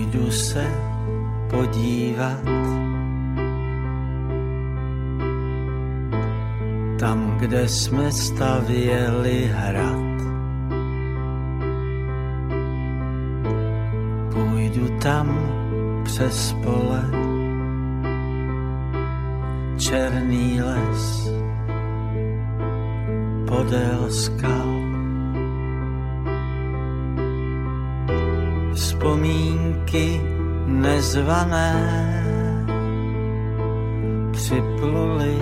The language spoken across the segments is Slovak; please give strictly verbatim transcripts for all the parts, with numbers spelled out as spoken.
Půjdu se podívat tam, kde jsme stavěli hrad. Půjdu tam přes pole, černý les, podél skal. Vzpomínky nezvané připluly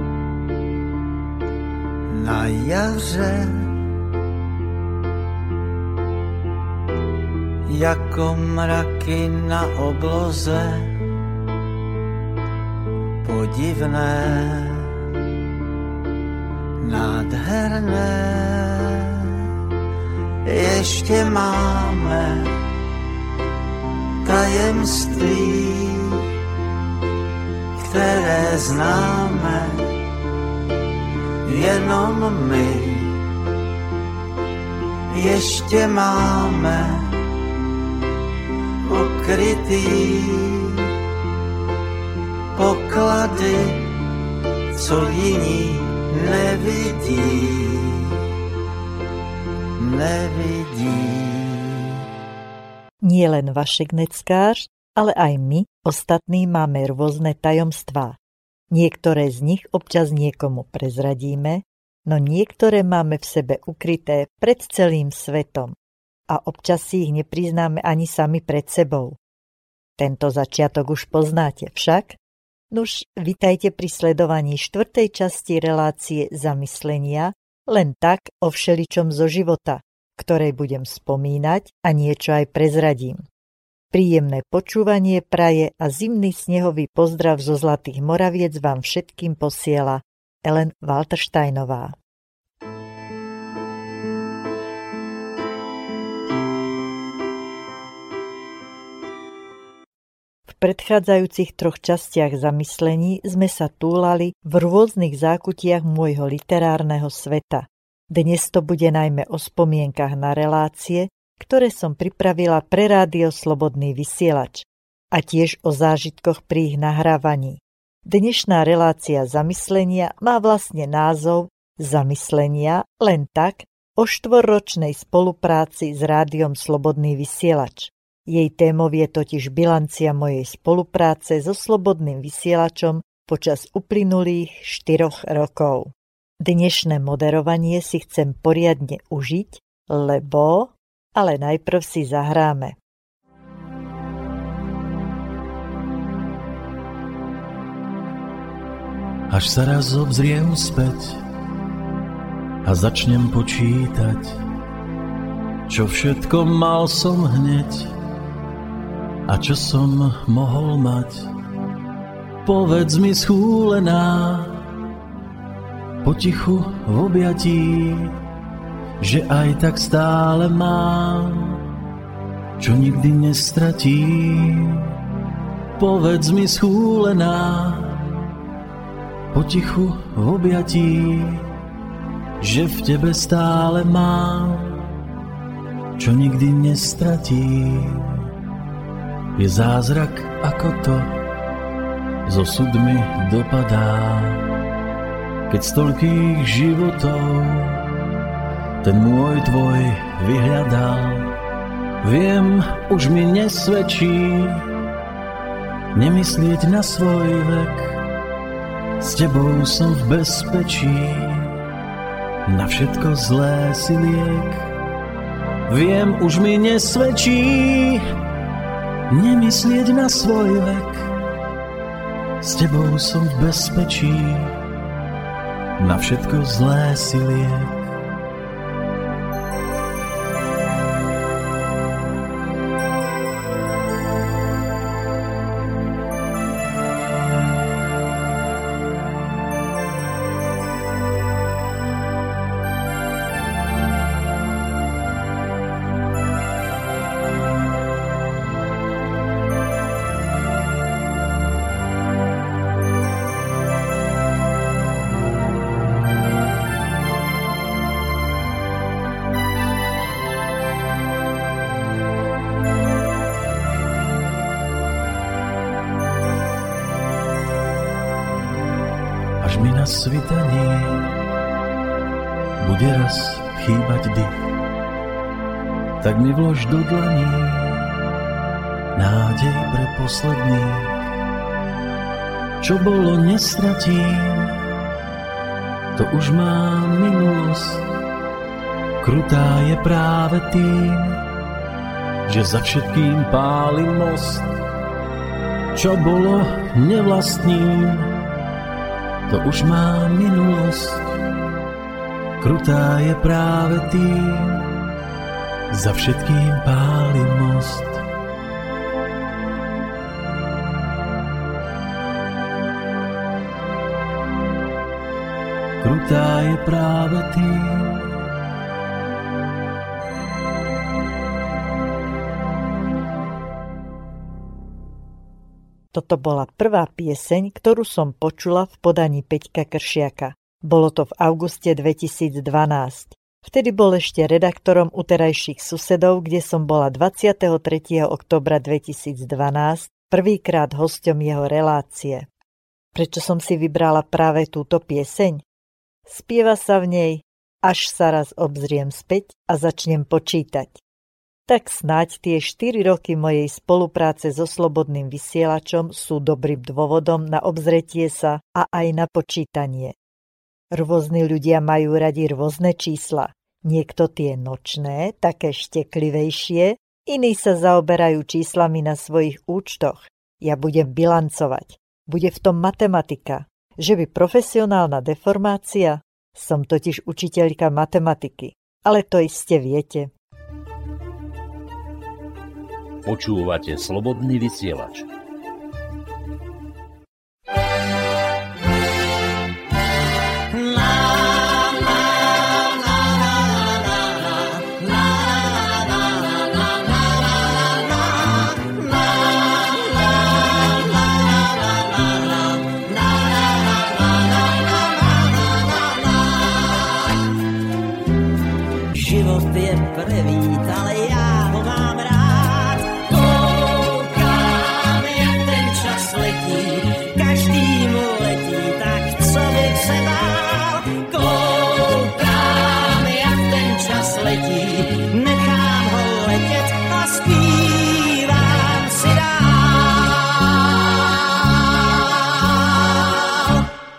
na jaře, jako mraky na obloze, podivné, nádherné. Ještě máme tajemství, které známe jenom my. Ještě máme ukrytý poklady, co jiní nevidí, nevidí. Nie len Vašek Neckář, ale aj my, ostatní, máme rôzne tajomstvá. Niektoré z nich občas niekomu prezradíme, no niektoré máme v sebe ukryté pred celým svetom a občas si ich nepriznáme ani sami pred sebou. Tento začiatok už poznáte však? Nuž, vitajte pri sledovaní štvrtej časti relácie Zamyslenia, len tak o všeličom zo života, ktorej budem spomínať a niečo aj prezradím. Príjemné počúvanie praje a zimný snehový pozdrav zo Zlatých Moraviec vám všetkým posiela Ellen Waltersteinová. V predchádzajúcich troch častiach zamyslení sme sa túlali v rôznych zákutiach môjho literárneho sveta. Dnes to bude najmä o spomienkach na relácie, ktoré som pripravila pre Rádio Slobodný vysielač a tiež o zážitkoch pri ich nahrávaní. Dnešná relácia Zamyslenia má vlastne názov Zamyslenia len tak o štvorročnej spolupráci s Rádiom Slobodný vysielač. Jej témou je totiž bilancia mojej spolupráce so Slobodným vysielačom počas uplynulých štyroch rokov. Dnešné moderovanie si chcem poriadne užiť, lebo... Ale najprv si zahráme. Až sa raz obzriem späť a začnem počítať, čo všetko mal som hneď a čo som mohol mať. Povedz mi schúlená, potichu v objatí, že aj tak stále mám, čo nikdy nestratím. Povedz mi schúlená, potichu v objatí, že v tebe stále mám, čo nikdy nestratím. Je zázrak, ako to so súdmi dopadá, keď z toľkých životov ten môj tvoj vyhľadal. Viem, už mi nesvedčí nemyslieť na svoj vek. S tebou som v bezpečí, na všetko zlé si liek. Viem, už mi nesvedčí nemyslieť na svoj vek. S tebou som v bezpečí, na všetko zlé si liek. na svitaní bude raz chýbať dých, tak mi vlož do dlaní nádej pre posledných. Čo bolo, nestratím, to už má minulosť. Krutá je práve tým, že za všetkým páli most. Čo bolo, nevlastním, to už má minulosť. Krutá je práve tým, za všetkým páli most. Krutá je práve tým. Toto bola prvá pieseň, ktorú som počula v podaní Peťka Kršiaka. Bolo to v auguste dvetisícdvanásť. Vtedy bol ešte redaktorom u terajších susedov, kde som bola dvadsiateho tretieho októbra dvetisícdvanásť prvýkrát hosťom jeho relácie. Prečo som si vybrala práve túto pieseň? Spieva sa v nej Až sa raz obzriem späť a začnem počítať. Tak snáď tie štyri roky mojej spolupráce so Slobodným vysielačom sú dobrým dôvodom na obzretie sa a aj na počítanie. Rôzni ľudia majú radi rôzne čísla. Niekto tie nočné, také šteklivejšie, iní sa zaoberajú číslami na svojich účtoch. Ja budem bilancovať. Bude v tom matematika. Že by profesionálna deformácia? Som totiž učiteľka matematiky. Ale to iste viete. Počúvate Slobodný vysielač. Život je prevít, ale ja ho mám rád. Koukám, jak ten čas letí, každý mu letí, tak co bych se bál. Koukám, jak ten čas letí, nechám ho letět a zpívám si dál.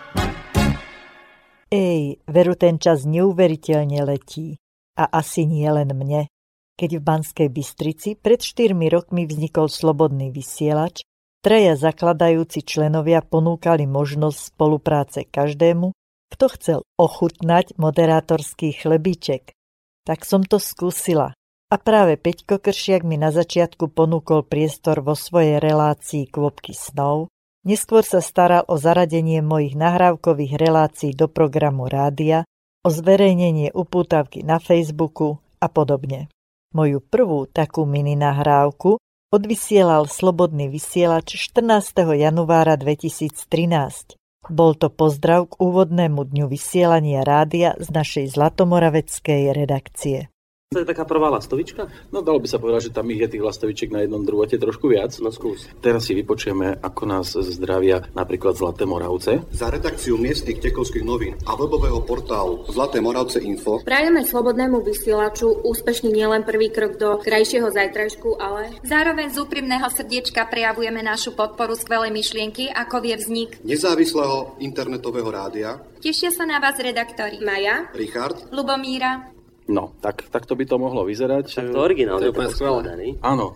Ej, veru ten čas neuveriteľne letí. A asi nie len mne. Keď v Banskej Bystrici pred štyrmi rokmi vznikol Slobodný vysielač, traja zakladajúci členovia ponúkali možnosť spolupráce každému, kto chcel ochutnať moderátorský chlebíček. Tak som to skúsila. A práve Peťko Kršiak mi na začiatku ponúkol priestor vo svojej relácii Kvopky snov, neskôr sa staral o zaradenie mojich nahrávkových relácií do programu rádia, o zverejnenie upútavky na Facebooku a podobne. Moju prvú takú mini nahrávku odvysielal Slobodný vysielač štrnásteho januára dvetisíctrinásť. Bol to pozdrav k úvodnému dňu vysielania rádia z našej zlatomoraveckej redakcie. To je taká prvá lastovička? No dalo by sa povedať, že tam ich je tých lastovičiek na jednom druhote trošku viac. No skús. Teraz si vypočujeme, ako nás zdravia napríklad Zlaté Moravce. Za redakciu miestnych tekovských novín a webového portálu Zlaté Moravce Info prajeme Slobodnému vysielaču úspešný nielen prvý krok do krajšieho zajtrajšku, ale zároveň z úprimného srdiečka prejavujeme našu podporu skvelej myšlienky, ako vie vznik nezávislého internetového rádia. Tešia sa na vás redaktori Maja, Richard, Lubomíra. No, tak, tak to by to mohlo vyzerať. Tak to originál, to je úplne skvelé. Áno.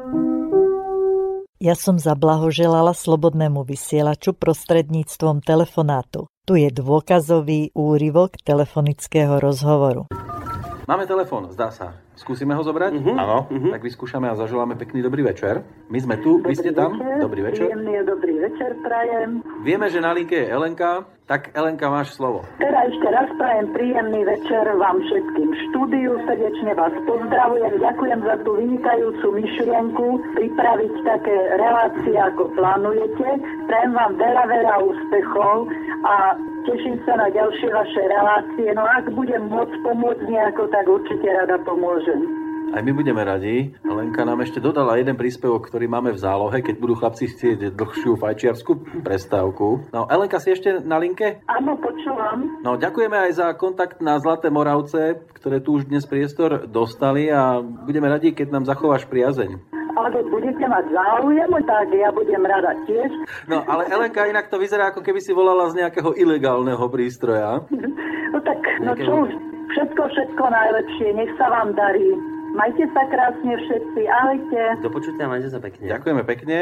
Ja som zablahoželala Slobodnému vysielaču prostredníctvom telefonátu. Tu je dôkazový úryvok telefonického rozhovoru. Máme telefón, zdá sa. Skúsime ho zobrať? Uh-huh. Áno. Uh-huh. Tak vyskúšame a zaželáme pekný dobrý večer. My sme tu, vy ste tam. Dobrý večer. Príjemný dobrý večer prajem. Vieme, že na linke je Elenka, tak Elenka, máš slovo. Teda ešte raz prajem príjemný večer vám všetkým v štúdiu. Srdečne vás pozdravujem. Ďakujem za tú vynikajúcu myšlienku pripraviť také relácie, ako plánujete. Prajem vám veľa, veľa úspechov a teším sa na ďalšie vaše relácie. No ak budem môcť pomôcť nejako, tak určite rada pomôžem. Aj my budeme radi. Lenka nám ešte dodala jeden príspevok, ktorý máme v zálohe, keď budú chlapci chcieť dlhšiu fajčiarsku prestávku. No, Elenka, si ešte na linke? Áno, počúvam. No, ďakujeme aj za kontakt na Zlaté Moravce, ktoré tu už dnes priestor dostali a budeme radi, keď nám zachováš priazeň. Ale keď budete mať záujem, tak ja budem rada tiež. No, ale Elenka, inak to vyzerá, ako keby si volala z nejakého ilegálneho prístroja. No tak, no čo už, všetko, všetko najlepšie, nech sa vám darí. Majte sa krásne všetci, ahojte. Do počutia, majte sa pekne. Ďakujeme pekne.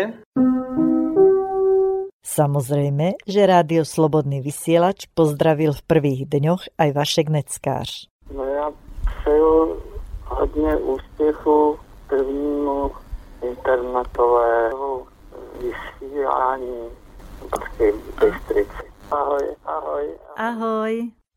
Samozrejme, že Rádio Slobodný vysielač pozdravil v prvých dňoch aj Vašek Neckář. No ja přeju hodně úspěchu prvnímu internetového vysílání v Banské Bystrici. Ahoj, ahoj. Ahoj.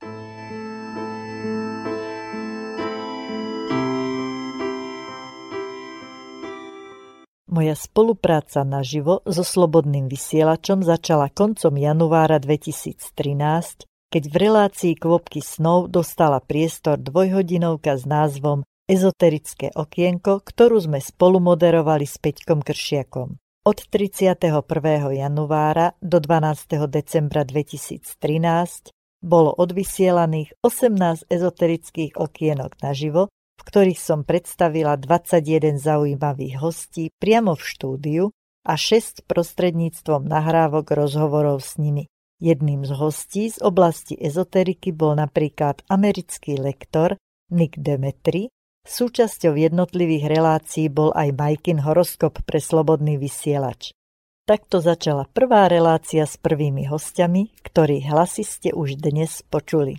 Moja spolupráca naživo so Slobodným vysielačom začala koncom januára dvetisíctrinásť, keď v relácii Kvopky snov dostala priestor dvojhodinovka s názvom Ezoterické okienko, ktorú sme spolu moderovali s Peťkom Kršiakom. Od tridsiateho prvého januára do dvanásteho decembra dvetisíctrinásť bolo odvysielaných osemnásť ezoterických okienok naživo, v ktorých som predstavila dvadsaťjeden zaujímavých hostí priamo v štúdiu a šesť prostredníctvom nahrávok rozhovorov s nimi. Jedným z hostí z oblasti ezoteriky bol napríklad americký lektor Nick Demetri, súčasťou jednotlivých relácií bol aj Majkin horoskop pre Slobodný vysielač. Takto začala prvá relácia s prvými hostiami, ktorých hlasy ste už dnes počuli.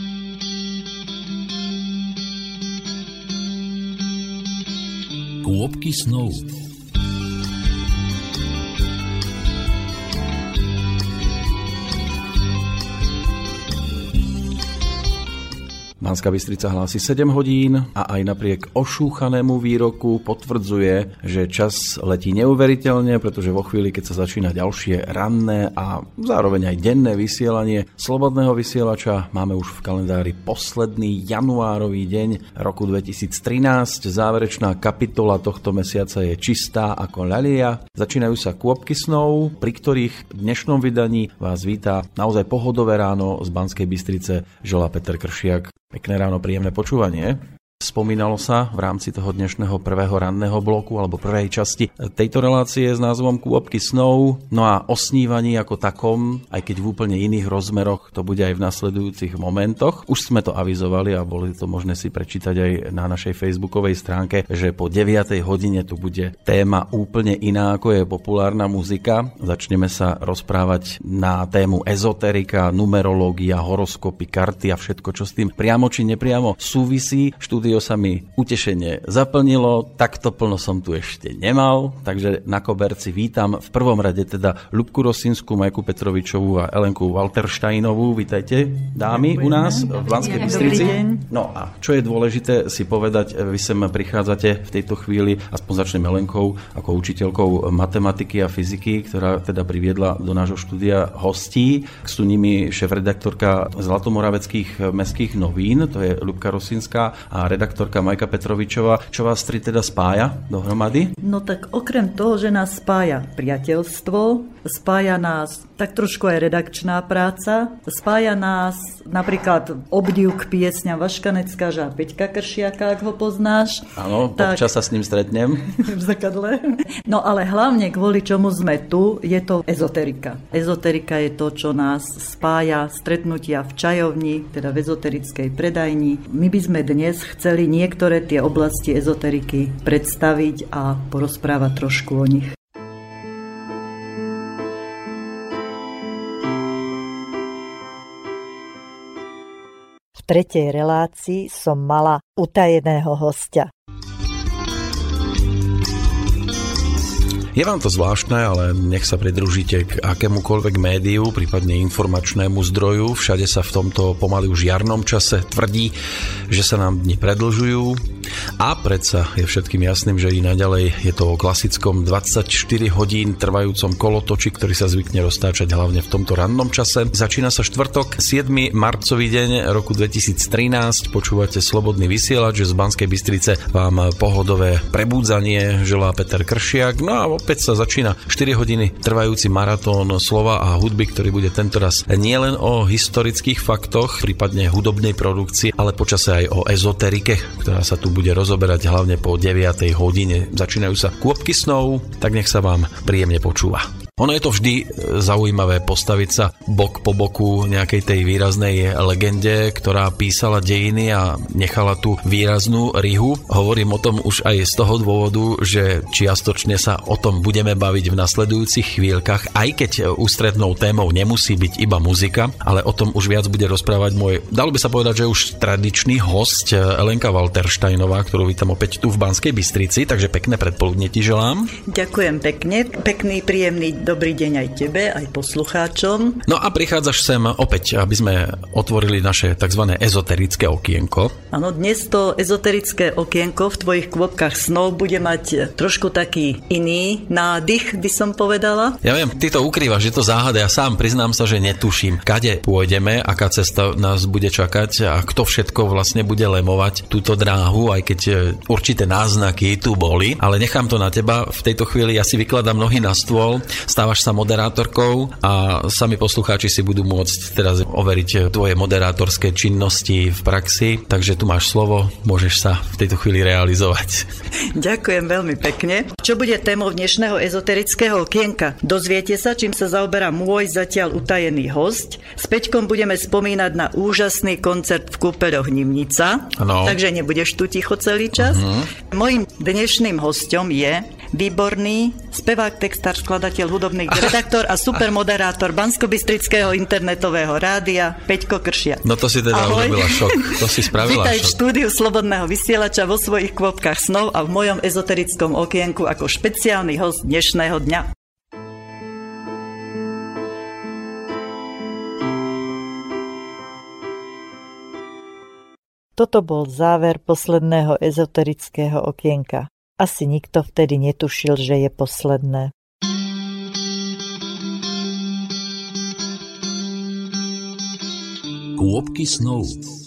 Kvopky snov. Banská Bystrica hlási sedem hodín a aj napriek ošúchanému výroku potvrdzuje, že čas letí neuveriteľne, pretože vo chvíli, keď sa začína ďalšie ranné a zároveň aj denné vysielanie Slobodného vysielača, máme už v kalendári posledný januárový deň roku dvetisíctrinásť. Záverečná kapitola tohto mesiaca je čistá ako ľalia. Začínajú sa Kvopky snov, pri ktorých v dnešnom vydaní vás vítá naozaj pohodové ráno z Banskej Bystrice želá Peter Kršiak. Pekné ráno, príjemné počúvanie. Spomínalo sa v rámci toho dnešného prvého ranného bloku alebo prvej časti tejto relácie s názvom Kvopky snov. No a o snívaní ako takom, aj keď v úplne iných rozmeroch, to bude aj v nasledujúcich momentoch. Už sme to avizovali a boli to možné si prečítať aj na našej facebookovej stránke, že po deviatej hodine tu bude téma úplne iná, ako je populárna muzika. Začneme sa rozprávať na tému ezoterika, numerológia, horoskopy, karty a všetko, čo s tým priamo či nepriamo súvisí. Štúdio sa mi utešenie zaplnilo, takto plno som tu ešte nemal, takže na koberci vítam v prvom rade teda Ľubku Rosínsku, Majku Petrovičovú a Elenku Waltersteinovú. Vítajte, dámy, u nás v Banskej Bystrici. No a čo je dôležité si povedať, vy sem prichádzate v tejto chvíli, aspoň začnem Elenkou, ako učiteľkou matematiky a fyziky, ktorá teda priviedla do nášho štúdia hostí. Sú nimi šéfredaktorka Zlatomoraveckých mestských novín, to je Ľubka Rosínska, a redaktorka Majka Petrovičová. Čo vás tri teda spája dohromady? No tak okrem toho, že nás spája priateľstvo, spája nás tak trošku aj redakčná práca, spája nás napríklad obdiv k piesňam Vaška Neckářa a Peťka Kršiaka, ak ho poznáš. Áno, tak... občas sa s ním stretnem. V zrkadle. No ale hlavne kvôli čomu sme tu, je to ezoterika. Ezoterika je to, čo nás spája, stretnutia v čajovni, teda v ezoterickej predajni. My by sme dnes chceli niektoré tie oblasti ezoteriky predstaviť a porozprávať trošku o nich. V tretej relácii som mala utajeného hostia. Je vám to zvláštne, ale nech sa pridružíte k akémukoľvek médiu, prípadne informačnému zdroju. Všade sa v tomto pomaly už jarnom čase tvrdí, že sa nám dni predlžujú A predsa je všetkým jasným, že i naďalej je to o klasickom dvadsaťštyri hodín trvajúcom kolotoči, ktorý sa zvykne roztáčať hlavne v tomto rannom čase. Začína sa štvrtok, siedmy marcový deň roku dvetisíctrinásť. Počúvate Slobodný vysielač, že z Banskej Bystrice vám pohodové prebúdzanie želá Peter Kršiak. No a opäť sa začína štyri hodiny trvajúci maratón slova a hudby, ktorý bude tentoraz nielen o historických faktoch, prípadne hudobnej produkcii, ale počase aj o ezoterike, ktorá sa tu bude rozoberať hlavne po deviatej hodine. Začínajú sa kôpky snov, tak nech sa vám príjemne počúva. Ono je to vždy zaujímavé postaviť sa bok po boku nejakej tej výraznej legende, ktorá písala dejiny a nechala tú výraznú rihu. Hovorím o tom už aj z toho dôvodu, že čiastočne sa o tom budeme baviť v nasledujúcich chvíľkach, aj keď ústrednou témou nemusí byť iba muzika, ale o tom už viac bude rozprávať môj, dalo by sa povedať, že už tradičný host Elenka Waltersteinová, ktorú vítam opäť tu v Banskej Bystrici, takže pekné predpoludne ti želám. Ďakujem pekne, pekný, príjemný dobrý deň aj tebe, aj poslucháčom. No a prichádzaš sem opäť, aby sme otvorili naše tzv. Ezoterické okienko. Áno, dnes to ezoterické okienko v tvojich kôpkach snov bude mať trošku taký iný nádych, by som povedala. Ja viem, ty to ukrývaš, že to záhada. Ja sám priznám sa, že netuším, kade pôjdeme, aká cesta nás bude čakať a kto všetko vlastne bude lemovať túto dráhu, aj keď určité náznaky tu boli, ale nechám to na teba. V tejto chvíli ja si vykladám nohy na stôl, stávaš sa moderátorkou a sami poslucháči si budú môcť teraz overiť tvoje moderátorské činnosti v praxi, takže tu máš slovo, môžeš sa v tejto chvíli realizovať. Ďakujem veľmi pekne. Čo bude témou dnešného ezoterického okienka? Dozviete sa, čím sa zaoberá môj zatiaľ utajený hosť. S Peťkom budeme spomínať na úžasný koncert v kúpeľoch Nimnica, ano. Takže nebudeš tu ticho celý čas. Uh-huh. Mojím dnešným hosťom je výborný spevák, textár, skladateľ, hudobný redaktor a supermoderátor Banskobystrického internetového rádia Peťko Kršiak. No to si teda Ahoj. Urobila šok. To si spravila Vítaj šok. v štúdiu Slobodného vysielača vo svojich kôpkach snov a v mojom ezoterickom okienku ako špeciálny host dnešného dňa. Toto bol záver posledného ezoterického okienka. Asi nikto vtedy netušil, že je posledné. Kôpky snov.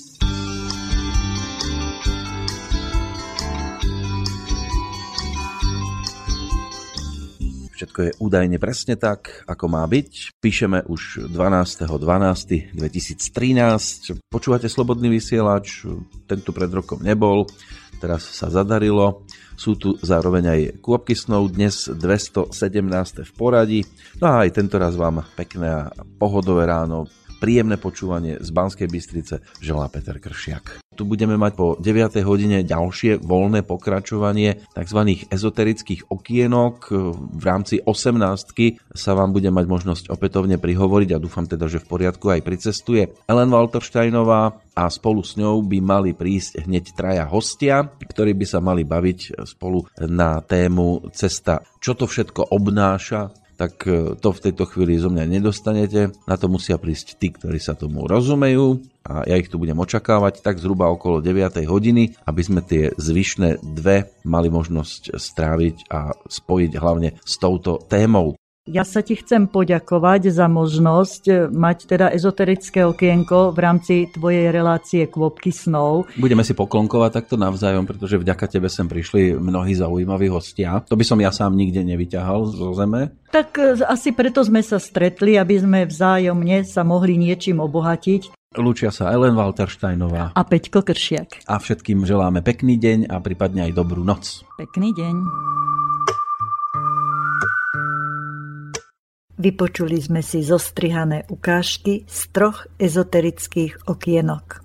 Všetko je údajne presne tak, ako má byť. Píšeme už dvanásteho decembra dvetisíctrinásť. Počúvate Slobodný vysielač, ten tu pred rokom nebol, teraz sa zadarilo. Sú tu zároveň aj kôpky snov, dnes dvestosedemnásť v poradí. No a aj tento raz vám pekné a pohodové ráno, príjemné počúvanie z Banskej Bystrice želá Peter Kršiak. Tu budeme mať po deviatej hodine ďalšie voľné pokračovanie tzv. Ezoterických okienok. V rámci osemnástky sa vám bude mať možnosť opätovne prihovoriť a dúfam teda, že v poriadku aj pricestuje Ellen Waltersteinová a spolu s ňou by mali prísť hneď traja hostia, ktorí by sa mali baviť spolu na tému cesta. Čo to všetko obnáša, tak to v tejto chvíli zo mňa nedostanete. Na to musia prísť tí, ktorí sa tomu rozumejú a ja ich tu budem očakávať tak zhruba okolo deviatej hodiny, aby sme tie zvyšné dve mali možnosť stráviť a spojiť hlavne s touto témou. Ja sa ti chcem poďakovať za možnosť mať teda ezoterické okienko v rámci tvojej relácie Kôpky snov. Budeme si poklonkovať takto navzájom, pretože vďaka tebe sem prišli mnohí zaujímaví hostia. To by som ja sám nikde nevyťahal zo zeme. Tak asi preto sme sa stretli, aby sme vzájomne sa mohli niečím obohatiť. Lúčia sa Ellen Waltersteinová a Peťko Kršiak. A všetkým želáme pekný deň a prípadne aj dobrú noc. Pekný deň. Vypočuli sme si zostrihané ukážky z troch ezoterických okienok.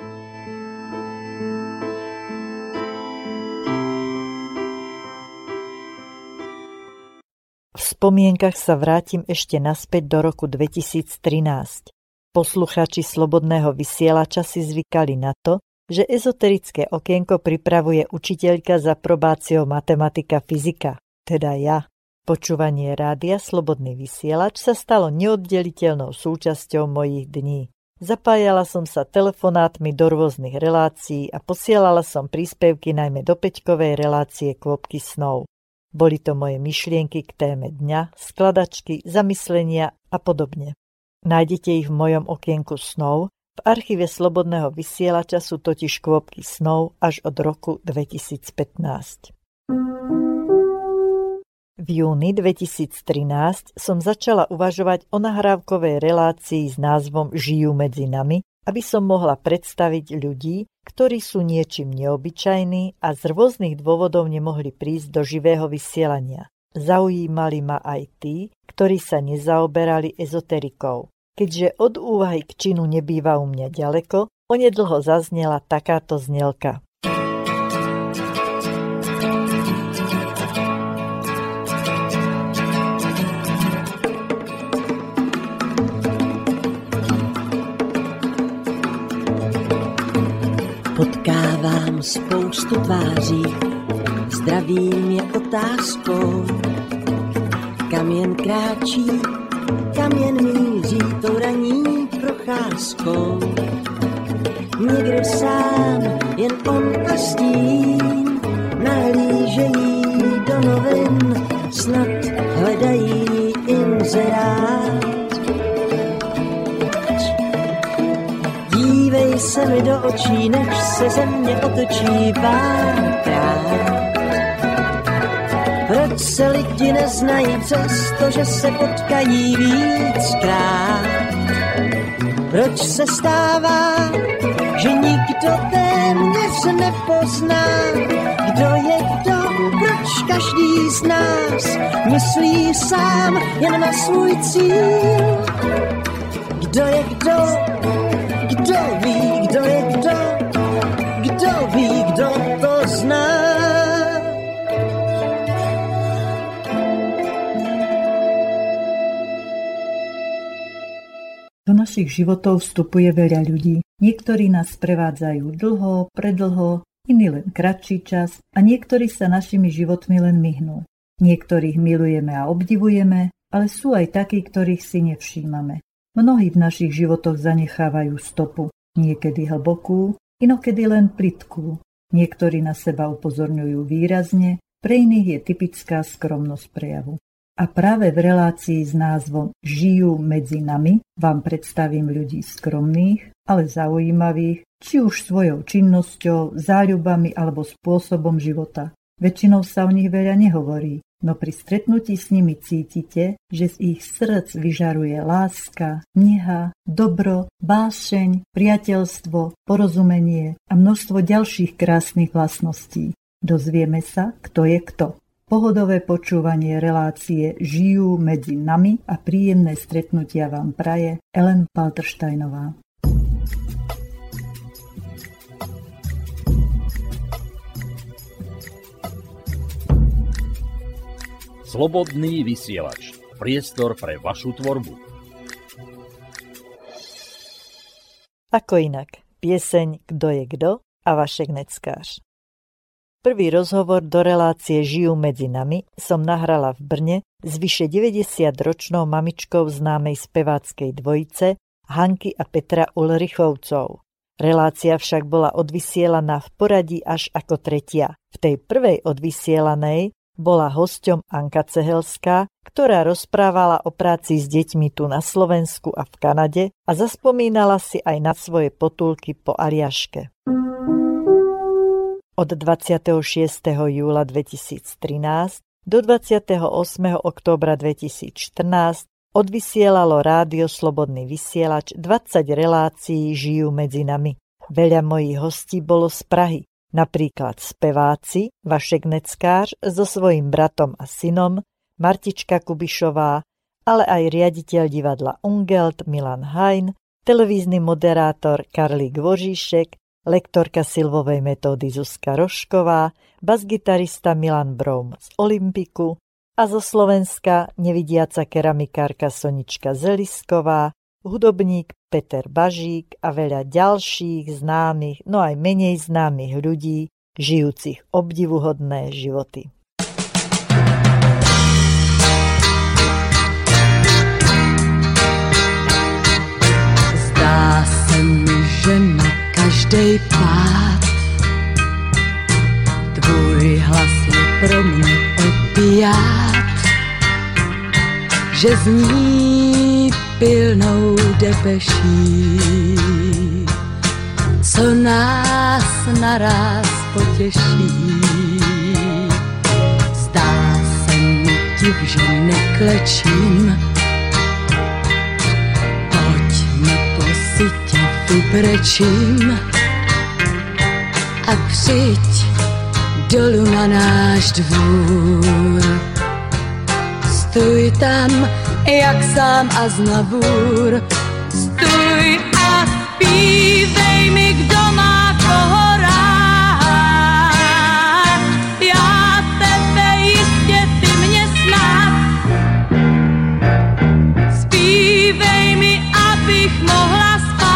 V spomienkach sa vrátim ešte naspäť do roku dvetisíctrinásť. Poslucháči Slobodného vysielača si zvykali na to, že ezoterické okienko pripravuje učiteľka za probáciou matematika fyzika, teda ja. Počúvanie rádia Slobodný vysielač sa stalo neoddeliteľnou súčasťou mojich dní. Zapájala som sa telefonátmi do rôznych relácií a posielala som príspevky najmä do Peťkovej relácie Kôpky snov. Boli to moje myšlienky k téme dňa, skladačky, zamyslenia a podobne. Nájdete ich v mojom okienku snov. V archíve Slobodného vysielača sú totiž Kôpky snov až od roku dvetisícpätnásť. V júni dvetisíctrinásť som začala uvažovať o nahrávkovej relácii s názvom Žijú medzi nami, aby som mohla predstaviť ľudí, ktorí sú niečím neobyčajní a z rôznych dôvodov nemohli prísť do živého vysielania. Zaujímali ma aj tí, ktorí sa nezaoberali ezoterikou. Keďže od úvahy k činu nebýva u mňa ďaleko, onedlho zaznela takáto znelka. Potkávám spoustu tváří, zdravím je otázkou, kam jen kráčí, kam jen míří tou ranní procházkou. Někdo sám, jen on a stín, nahlížejí do novin, snad hledají inzerát. Dívej se mi do očí, než se ze mě otočí párkrát. Proč se lidi neznají, přestože se potkají víckrát? Proč se stává, že nikdo téměř nepozná, kdo je kdo, proč každý z nás myslí sám jen na svůj cíl? Kdo je kdo? Kdo ví, kdo je kdo? Kdo ví, kdo to zná? Do našich životov vstupuje veľa ľudí. Niektorí nás prevádzajú dlho, predlho, iní len kratší čas a niektorí sa našimi životmi len myhnú. Niektorých milujeme a obdivujeme, ale sú aj takí, ktorých si nevšímame. Mnohí v našich životoch zanechávajú stopu, niekedy hlbokú, inokedy len plytkú. Niektorí na seba upozorňujú výrazne, pre iných je typická skromnosť prejavu. A práve v relácii s názvom Žijú medzi nami vám predstavím ľudí skromných, ale zaujímavých, či už svojou činnosťou, záľubami alebo spôsobom života. Väčšinou sa o nich veľa nehovorí, no pri stretnutí s nimi cítite, že z ich srdc vyžaruje láska, neha, dobro, bášeň, priateľstvo, porozumenie a množstvo ďalších krásnych vlastností. Dozvieme sa, kto je kto. Pohodové počúvanie relácie Žijú medzi nami a príjemné stretnutia vám praje Ellen Paltersteinová. Slobodný vysielač. Priestor pre vašu tvorbu. Ako inak, pieseň Kdo je kdo a Vašek Neckář. Prvý rozhovor do relácie Žijú medzi nami som nahrala v Brne s vyše deväťdesiatročnou mamičkou známej speváckej dvojice Hanky a Petra Ulrichovcov. Relácia však bola odvysielaná v poradí až ako tretia. V tej prvej odvysielanej bola hosťom Anka Cehelská, ktorá rozprávala o práci s deťmi tu na Slovensku a v Kanade a zaspomínala si aj na svoje potulky po Aliaške. Od dvadsiateho šiesteho júla dvetisíctrinásť do dvadsiateho ôsmeho októbra dvetisícštrnásť odvysielalo Rádio Slobodný vysielač dvadsať relácií Žijú medzi nami. Veľa mojich hostí bolo z Prahy, napríklad speváci Vašek Neckář so svojím bratom a synom, Martička Kubišová, ale aj riaditeľ divadla Ungelt Milan Hein, televízny moderátor Karlík Vožíšek, lektorka silvovej metódy Zuzka Rožková, basgitarista Milan Broum z Olympiku a zo Slovenska nevidiaca keramikárka Sonička Zelisková, hudobník Peter Bažík a veľa ďalších známych, no aj menej známych ľudí, žijúcich obdivuhodné životy. Zdá každej pád. Tvůj hlas je pro mě opiát, že zní pilnou depeší, co nás naráz potěší. Zdá se mi div, že neklečím, pojďme po sytě vybrečím a přijď dolů na náš dvůr. Stůj tam, jak sám a znavůr. Stůj a zpívej mi, kdo má koho rád. Já tebe jistě, ty mě snad. Zpívej mi, abych mohla spát.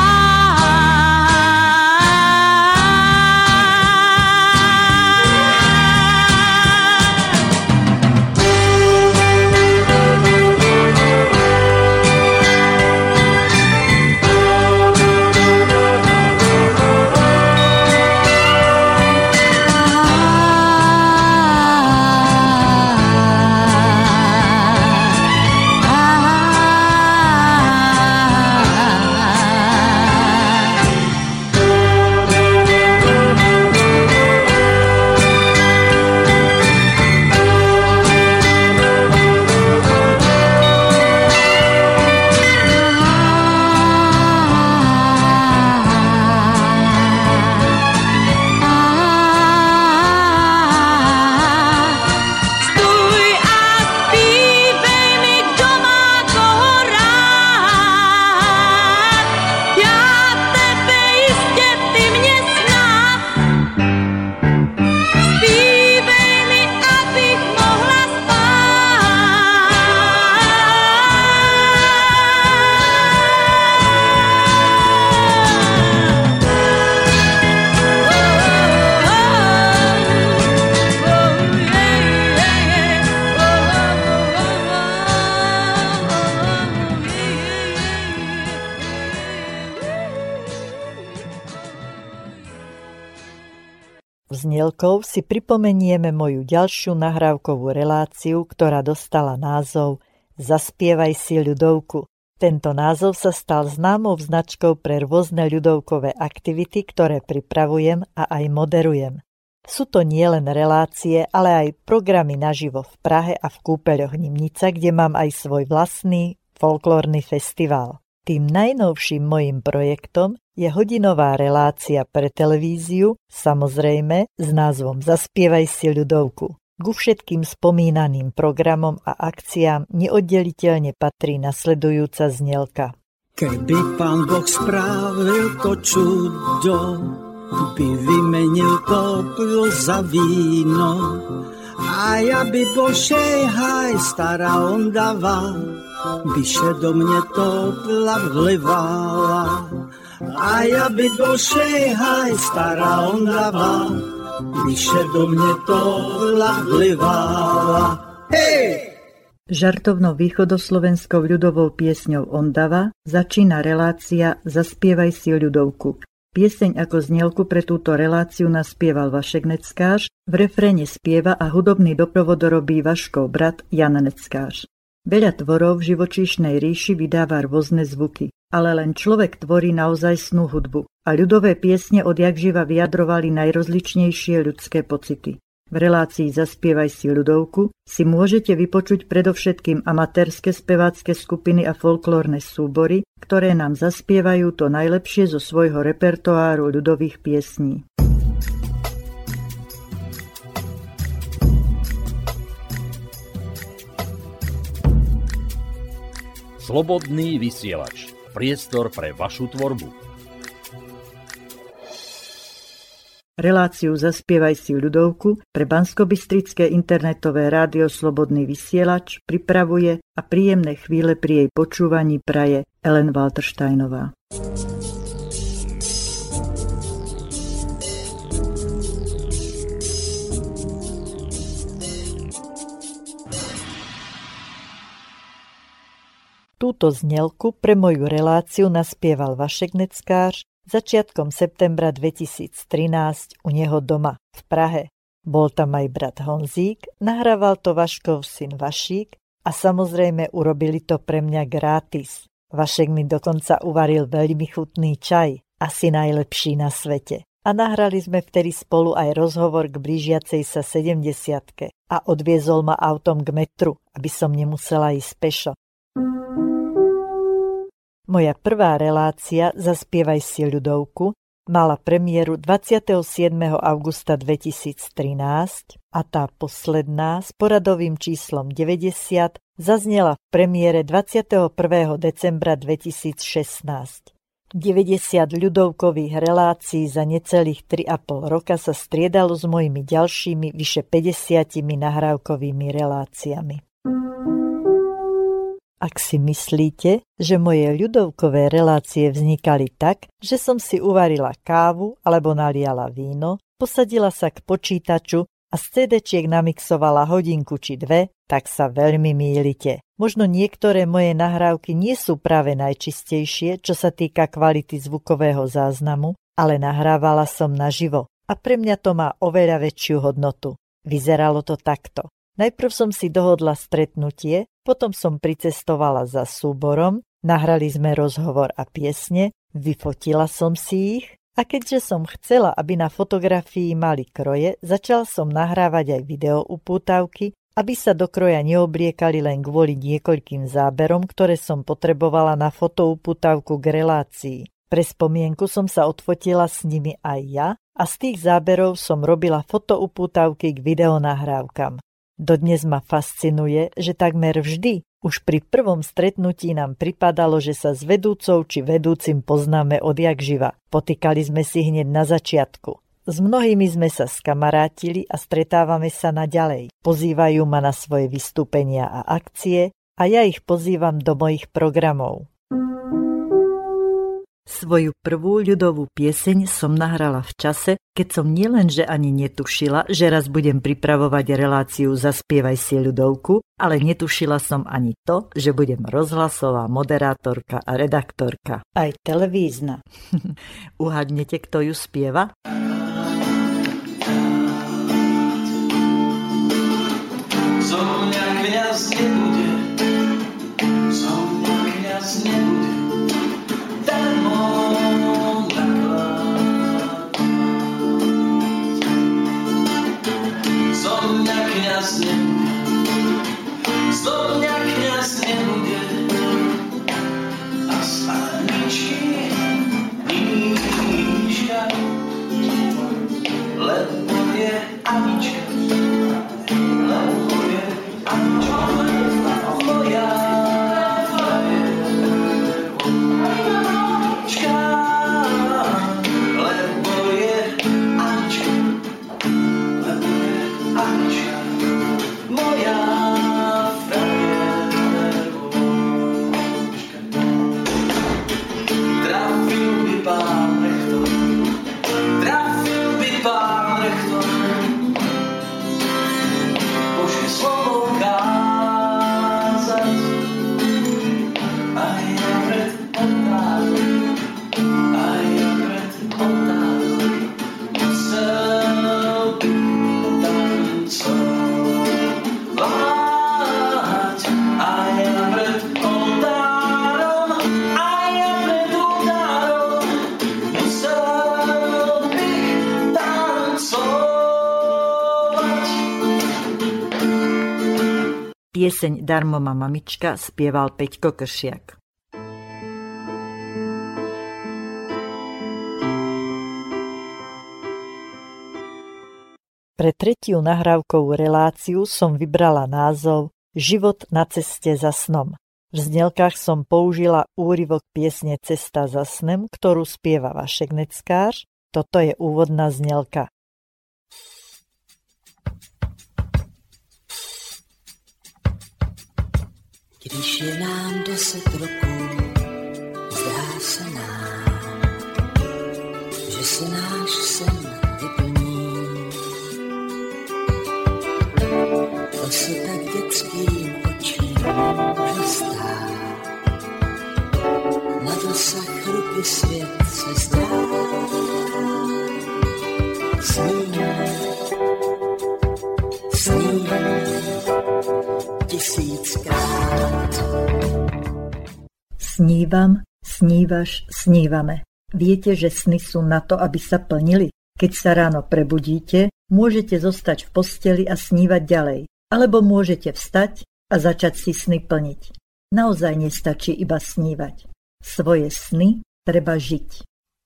Znielkou si pripomenieme moju ďalšiu nahrávkovú reláciu, ktorá dostala názov Zaspievaj si ľudovku. Tento názov sa stal známou značkou pre rôzne ľudovkové aktivity, ktoré pripravujem a aj moderujem. Sú to nielen relácie, ale aj programy naživo v Prahe a v kúpeľoch Nimnica, kde mám aj svoj vlastný folklórny festival. Tým najnovším mojím projektom je hodinová relácia pre televíziu, samozrejme s názvom Zaspievaj si ľudovku. Ku všetkým spomínaným programom a akciám neoddeliteľne patrí nasledujúca znielka. Keby pán Boh spravil to čudo, by vymenil popol za víno, a ja by Božej haj stará ondava, by še do mne topla vlivala. A ja by Božej haj stará ondava, by še do mne topla vlivala. Hej! Žartovnou východoslovenskou ľudovou piesňou Ondava začína relácia Zaspievaj si ľudovku. Pieseň ako znielku pre túto reláciu naspieval Vašek Neckář, v refréne spieva a hudobný doprovod robí Vaškov brat Jan Neckář. Veľa tvorov v živočíšnej ríši vydáva rôzne zvuky, ale len človek tvorí naozajstnú hudbu a ľudové piesne odjakživa vyjadrovali najrozličnejšie ľudské pocity. V relácii Zaspievaj si ľudovku si môžete vypočuť predovšetkým amatérske spevácke skupiny a folklórne súbory, ktoré nám zaspievajú to najlepšie zo svojho repertoáru ľudových piesní. Slobodný vysielač. Priestor pre vašu tvorbu. Reláciu Zaspievaj si ľudovku pre banskobystrické internetové rádio Slobodný vysielač pripravuje a príjemné chvíle pri jej počúvaní praje Ellen Waltersteinová. Túto znelku pre moju reláciu naspieval Vašek Neckář, začiatkom septembra dvetisíctrinásť u neho doma v Prahe. Bol tam aj brat Honzík, nahrával to Vaškov syn Vašík a samozrejme urobili to pre mňa gratis. Vašek mi dokonca uvaril veľmi chutný čaj, asi najlepší na svete. A nahrali sme vtedy spolu aj rozhovor k blížiacej sa sedemdesiatke a odviezol ma autom k metru, aby som nemusela ísť pešo. Moja prvá relácia Zaspievaj si ľudovku mala premiéru dvadsiateho siedmeho augusta dvetisíctrinásť a tá posledná s poradovým číslom deväťdesiat zaznela v premiére dvadsiateho prvého decembra dvetisícšestnásť. deväťdesiat ľudovkových relácií za necelých tri a pol roka sa striedalo s mojimi ďalšími vyše päťdesiatimi nahrávkovými reláciami. Ak si myslíte, že moje ľudovkové relácie vznikali tak, že som si uvarila kávu alebo naliala víno, posadila sa k počítaču a z cé déčiek namixovala hodinku či dve, tak sa veľmi mýlite. Možno niektoré moje nahrávky nie sú práve najčistejšie, čo sa týka kvality zvukového záznamu, ale nahrávala som naživo a pre mňa to má oveľa väčšiu hodnotu. Vyzeralo to takto. Najprv som si dohodla stretnutie, potom som pricestovala za súborom, nahrali sme rozhovor a piesne, vyfotila som si ich a keďže som chcela, aby na fotografii mali kroje, začala som nahrávať aj video upútavky, aby sa do kroja neobliekali len kvôli niekoľkým záberom, ktoré som potrebovala na fotoupútavku k relácii. Pre spomienku som sa odfotila s nimi aj ja a z tých záberov som robila fotoupútavky k videonahrávkam. Dodnes ma fascinuje, že takmer vždy, už pri prvom stretnutí nám pripadalo, že sa s vedúcou či vedúcim poznáme odjak živa. Potýkali sme si hneď na začiatku. S mnohými sme sa skamarátili a stretávame sa naďalej. Pozývajú ma na svoje vystúpenia a akcie a ja ich pozývam do mojich programov. Svoju prvú ľudovú pieseň som nahrala v čase, keď som nielenže ani netušila, že raz budem pripravovať reláciu Zaspievaj si ľudovku, ale netušila som ani to, že budem rozhlasová moderátorka a redaktorka. Aj televízna. Uhadnete, kto ju spieva? Zo mňa kňaz nebude, zo mňa kňaz nebude. Zo mňa kňaz nebude a z Aničky nížka, lebo je Anička, lebo je Anička moja frajerčka, lebo je Anička, lebo je Anička moja Pieseň Darmo ma mamička spieval Peťko Kršiak. Pre tretiu nahrávkovú reláciu som vybrala názov Život na ceste za snom. V znelkách som použila úryvok piesne Cesta za snem, ktorú spieva Vašek Neckář. Toto je úvodná znelka. Když je nám deset roků, zdá se nám, že se náš sen vyplní. To se tak dětským očím může stát. Na dosah ruky svět se zdá. víckrát. Snívam, snívaš, snívame. Viete, že sny sú na to, aby sa plnili? Keď sa ráno prebudíte, môžete zostať v posteli a snívať ďalej. Alebo môžete vstať a začať si sny plniť. Naozaj nestačí iba snívať. Svoje sny treba žiť.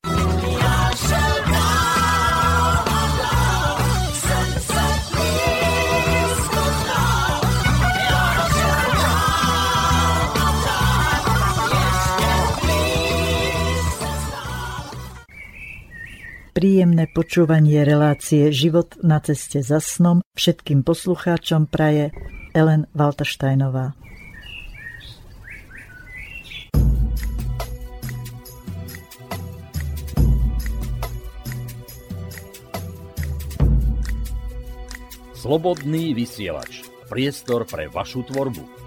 Príjemné počúvanie relácie Život na ceste za snom všetkým poslucháčom praje Ellen Waltersteinová. Slobodný vysielač. Priestor pre vašu tvorbu.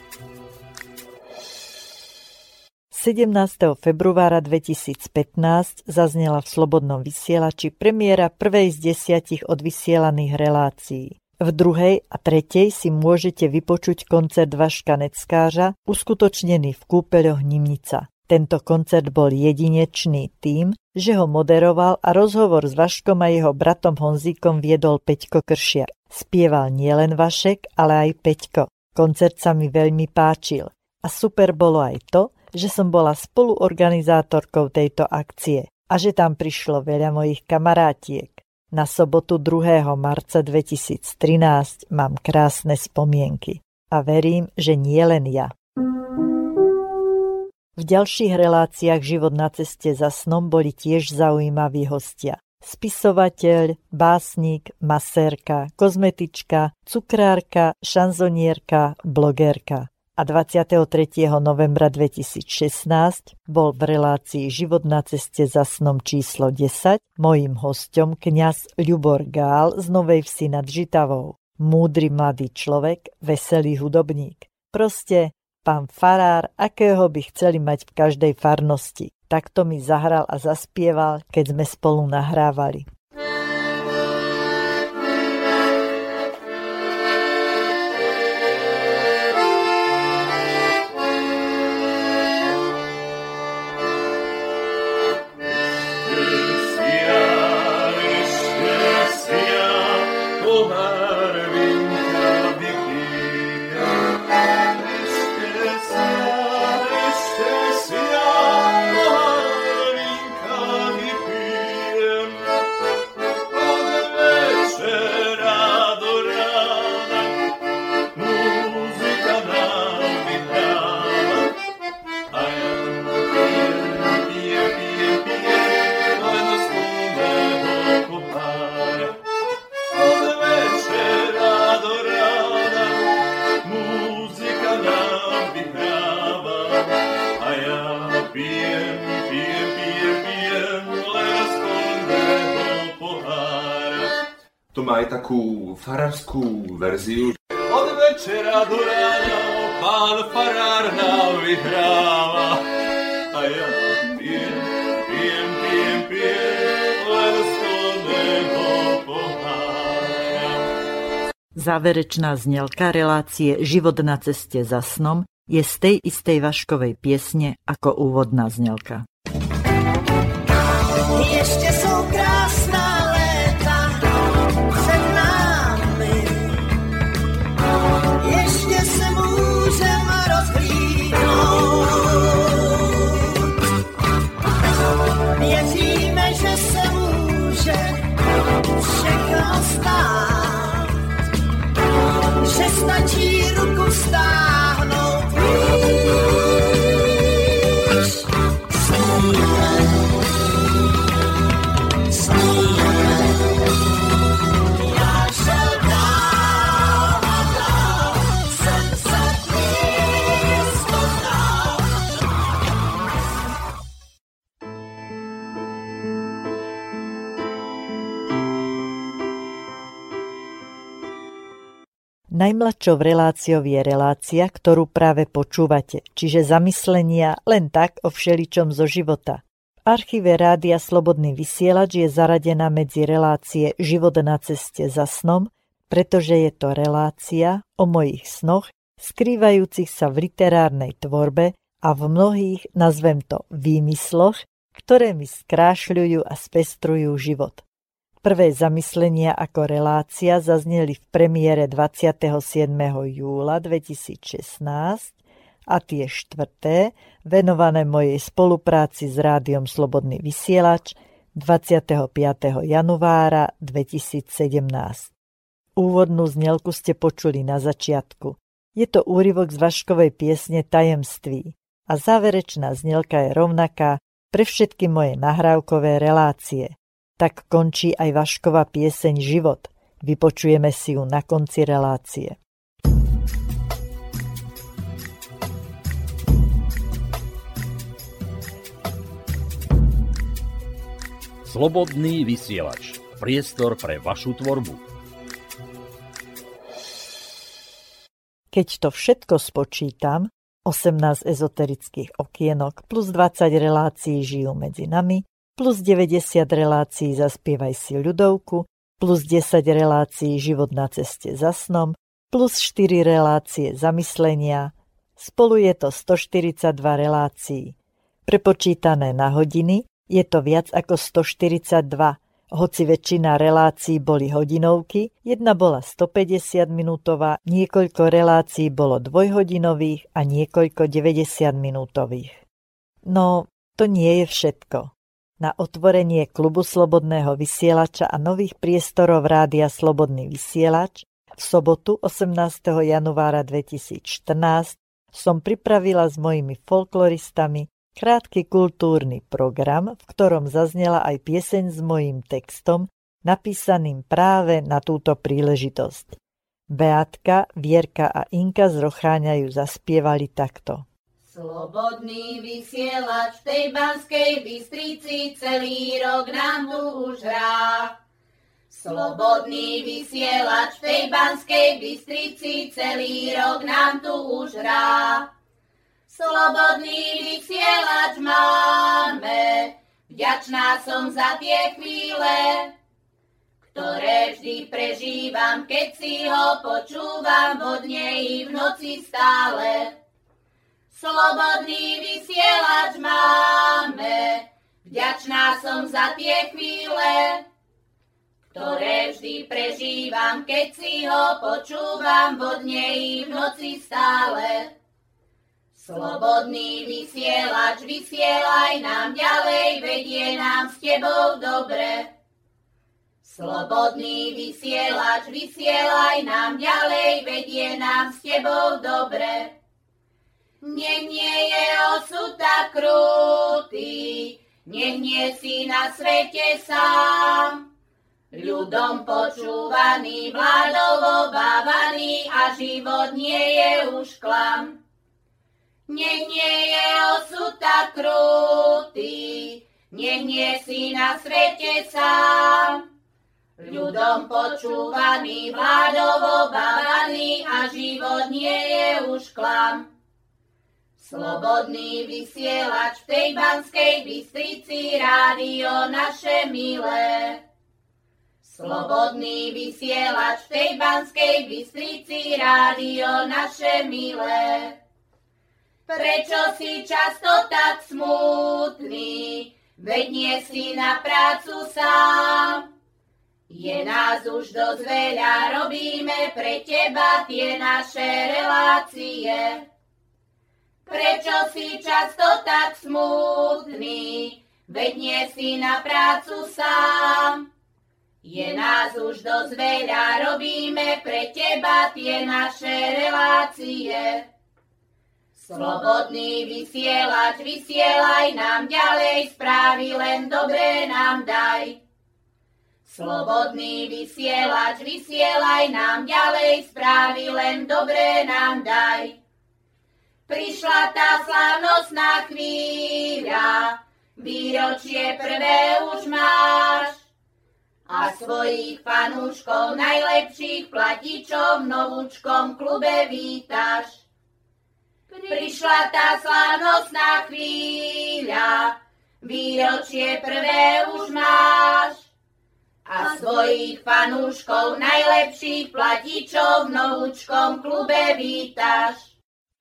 sedemnásteho februára dvetisícpätnásť zaznela v Slobodnom vysielači premiéra prvej z desiatich odvysielaných relácií. V druhej a tretej si môžete vypočuť koncert Vaška Neckářa, uskutočnený v kúpeľoch Nimnica. Tento koncert bol jedinečný tým, že ho moderoval a rozhovor s Vaškom a jeho bratom Honzíkom viedol Peťko Kršiak. Spieval nielen Vašek, ale aj Peťko. Koncert sa mi veľmi páčil. A super bolo aj to, že som bola spoluorganizátorkou tejto akcie a že tam prišlo veľa mojich kamarátiek. Na sobotu druhého marca dvetisíctrinásť mám krásne spomienky a verím, že nie len ja. V ďalších reláciách Život na ceste za snom boli tiež zaujímaví hostia. Spisovateľ, básnik, masérka, kozmetička, cukrárka, šanzonierka, blogerka. A dvadsiateho tretieho novembra dvetisícšestnásť bol v relácii Život na ceste za snom číslo desať mojím hosťom kňaz Ľubor Gál z Novej Vsi nad Žitavou. Múdry mladý človek, veselý hudobník. Proste pán farár, akého by chceli mať v každej farnosti. Takto mi zahral a zaspieval, keď sme spolu nahrávali. Má aj takú farárskú verziu. Od večera do rána pán farár nám vyhráva. A ja pijem, pijem, pijem, pijem, len z plného pohára. Záverečná znelka relácie Život na ceste za snom je z tej istej Vaškovej piesne ako úvodná znelka. Ešte sú krásna léta před námi. Ještě se můžem rozhlídnout. Věříme, že se může všechno stát. Že stačí ruku stáhnout výš. Sníme. Najmladšou reláciou je relácia, ktorú práve počúvate, čiže zamyslenia len tak o všeličom zo života. V archíve Rádia Slobodný vysielač je zaradená medzi relácie Život na ceste za snom, pretože je to relácia o mojich snoch skrývajúcich sa v literárnej tvorbe a v mnohých, nazvem to, výmysloch, ktoré mi skrášľujú a spestrujú život. Prvé zamyslenia ako relácia zazneli v premiére dvadsiateho siedmeho júla dvetisícšestnásť a tie štvrté, venované mojej spolupráci s Rádiom Slobodný vysielač dvadsiateho piateho januára dvetisícsedemnásť. Úvodnú znielku ste počuli na začiatku. Je to úryvok z Vaškovej piesne Tajemství a záverečná znielka je rovnaká pre všetky moje nahrávkové relácie. Tak končí aj Vaškova pieseň Život. Vypočujeme si ju na konci relácie. Slobodný vysielač. Priestor pre vašu tvorbu. Keď to všetko spočítam, osemnásť ezoterických okienok plus dvadsať relácií Žijú medzi nami, plus deväťdesiat relácií Zaspievaj si ľudovku, plus desať relácií Život na ceste za snom, plus štyri relácie Zamyslenia. Spolu je to stoštyridsaťdva relácií. Prepočítané na hodiny je to viac ako stoštyridsaťdva, hoci väčšina relácií boli hodinovky, jedna bola stopäťdesiat minútová, niekoľko relácií bolo dvojhodinových a niekoľko deväťdesiat minútových. No, to nie je všetko. Na otvorenie klubu Slobodného vysielača a nových priestorov Rádia Slobodný vysielač v sobotu osemnásteho januára dvetisícštrnásť som pripravila s mojimi folkloristami krátky kultúrny program, v ktorom zaznela aj pieseň s mojím textom, napísaným práve na túto príležitosť. Beatka, Vierka a Inka z Rocháňaju zaspievali takto. Slobodný vysielač v tej Banskej Bystrici celý rok nám tu už hrá. Slobodný vysielač v tej Banskej Bystrici celý rok nám tu už hrá. Slobodný vysielač máme, vďačná som za tie chvíle, ktoré vždy prežívam, keď si ho počúvam vodne i v noci stále. Slobodný vysielač máme, vďačná som za tie chvíle, ktoré vždy prežívam, keď si ho počúvam vodne i v noci stále. Slobodný vysielač, vysielaj nám ďalej, vedie nám s tebou dobre. Slobodný vysielač, vysielaj nám ďalej, vedie nám s tebou dobre. Nech nie je osud tak krutý, nech nie si na svete sám. Ľudom počúvaný, vládou obávaný a život nie je už klam. Nech nie je osud tak krutý, nech nie si na svete sám. Ľudom počúvaný, vládou obávaný a život nie je už klam. Slobodný vysielač v tej Banskej Bystrici, rádio naše milé. Slobodný vysielač v tej Banskej Bystrici, rádio naše milé. Prečo si často tak smutný, veď nie si na prácu sám? Je nás už dosť veľa, robíme pre teba tie naše relácie. Prečo si často tak smutný, veď nie si na prácu sám? Je nás už dosť veľa, robíme pre teba tie naše relácie. Slobodný vysielač, vysielaj nám ďalej, správy len dobré nám daj. Slobodný vysielač, vysielaj nám ďalej, správy len dobré nám daj. Prišla tá slávnostná chvíľa, výročie prvé už máš. A svojich fanúškov, najlepších platičov v novúčkom klube vítaš. Prišla tá slávnostná chvíľa, výročie prvé už máš. a svojich fanúškov najlepších platičov v novúčkom klube vítaš.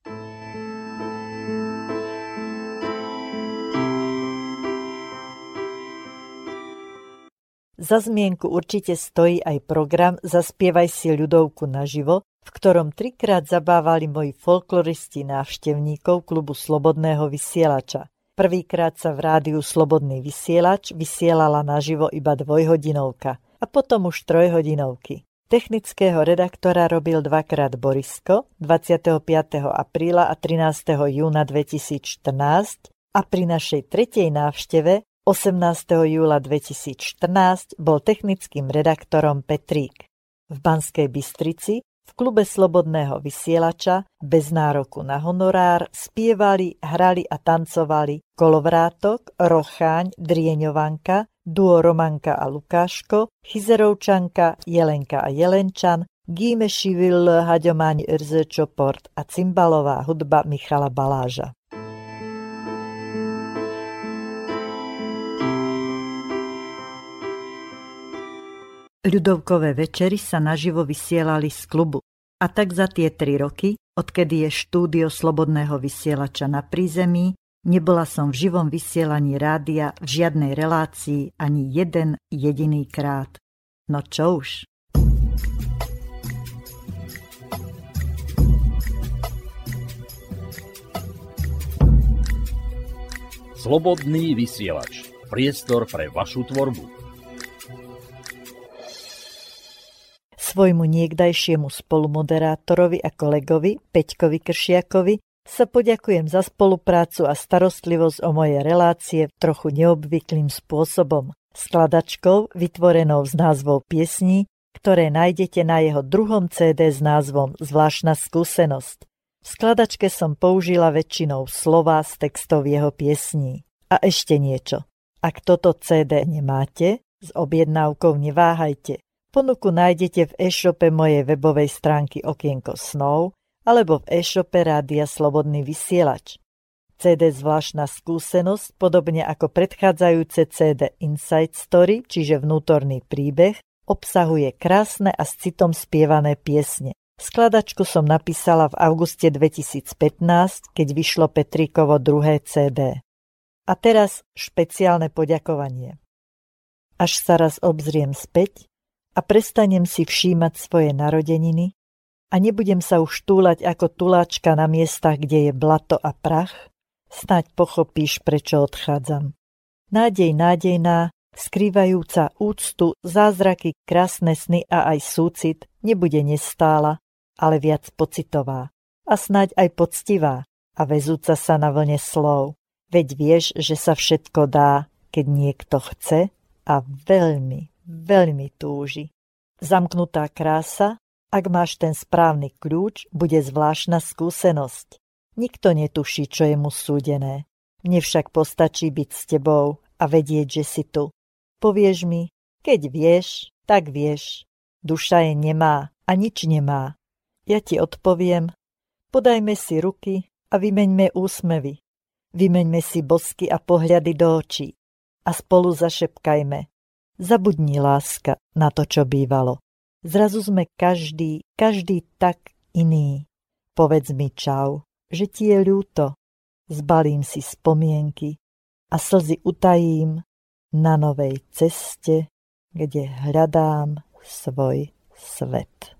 Za zmienku určite stojí aj program Zaspievaj si ľudovku naživo, v ktorom trikrát zabávali moji folkloristi návštevníkov klubu Slobodného vysielača. Prvýkrát sa v rádiu Slobodný vysielač vysielala naživo iba dvojhodinovka a potom už trojhodinovky. Technického redaktora robil dvakrát Borisko, dvadsiateho piateho apríla a trinásteho júna dvetisícštrnásť a pri našej tretej návšteve osemnásteho júla dvetisícštrnásť bol technickým redaktorom Petrík. V Banskej Bystrici v klube Slobodného vysielača bez nároku na honorár spievali, hrali a tancovali Kolovrátok, Rocháň, Drieňovanka, duo Romanka a Lukáško, Chyzerovčanka, Jelenka a Jelenčan, Gíme Šivil, Haďomáň Rze Čoport a cymbalová hudba Michala Baláža. Ľudovkové večery sa naživo vysielali z klubu. A tak za tie tri roky, odkedy je štúdio Slobodného vysielača na prízemí, nebola som v živom vysielaní rádia v žiadnej relácii ani jeden jediný krát. No čo už? Slobodný vysielač. Priestor pre vašu tvorbu. Svojmu niekdajšiemu spolumoderátorovi a kolegovi Peťkovi Kršiakovi sa poďakujem za spoluprácu a starostlivosť o moje relácie trochu neobvyklým spôsobom. Skladačkou vytvorenou z názvov piesní, ktoré nájdete na jeho druhom cé dé s názvom Zvláštna skúsenosť. V skladačke som použila väčšinou slová z textov jeho piesní. A ešte niečo. Ak toto cé dé nemáte, s objednávkou neváhajte. Ponuku nájdete v e-shope mojej webovej stránky Okienko snov alebo v e-shope Rádia Slobodný vysielač. cé dé Zvláštna skúsenosť, podobne ako predchádzajúce cé dé Inside Story, čiže vnútorný príbeh, obsahuje krásne a s citom spievané piesne. Skladačku som napísala v auguste dvetisícpätnásť, keď vyšlo Petríkovo druhé cé dé. A teraz špeciálne poďakovanie. Až sa raz obzriem späť a prestanem si všímať svoje narodeniny a nebudem sa už túlať ako tuláčka na miestach, kde je blato a prach, snáď pochopíš, prečo odchádzam. Nádej nádejná, skrývajúca úctu, zázraky, krásne sny a aj súcit nebude nestála, ale viac pocitová a snáď aj poctivá a väzúca sa na vlne slov. Veď vieš, že sa všetko dá, keď niekto chce a veľmi, veľmi túži. Zamknutá krása, ak máš ten správny kľúč, bude zvláštna skúsenosť. Nikto netuší, čo je mu súdené. Mne však postačí byť s tebou a vedieť, že si tu. Povieš mi, keď vieš, tak vieš. Duša je nemá a nič nemá. Ja ti odpoviem, podajme si ruky a vymeňme úsmevy. Vymeňme si bosky a pohľady do očí. A spolu zašepkajme. Zabudni, láska, na to, čo bývalo. Zrazu sme každý, každý tak iný. Povedz mi čau, že ti je ľúto. Zbalím si spomienky a slzy utajím na novej ceste, kde hľadám svoj svet.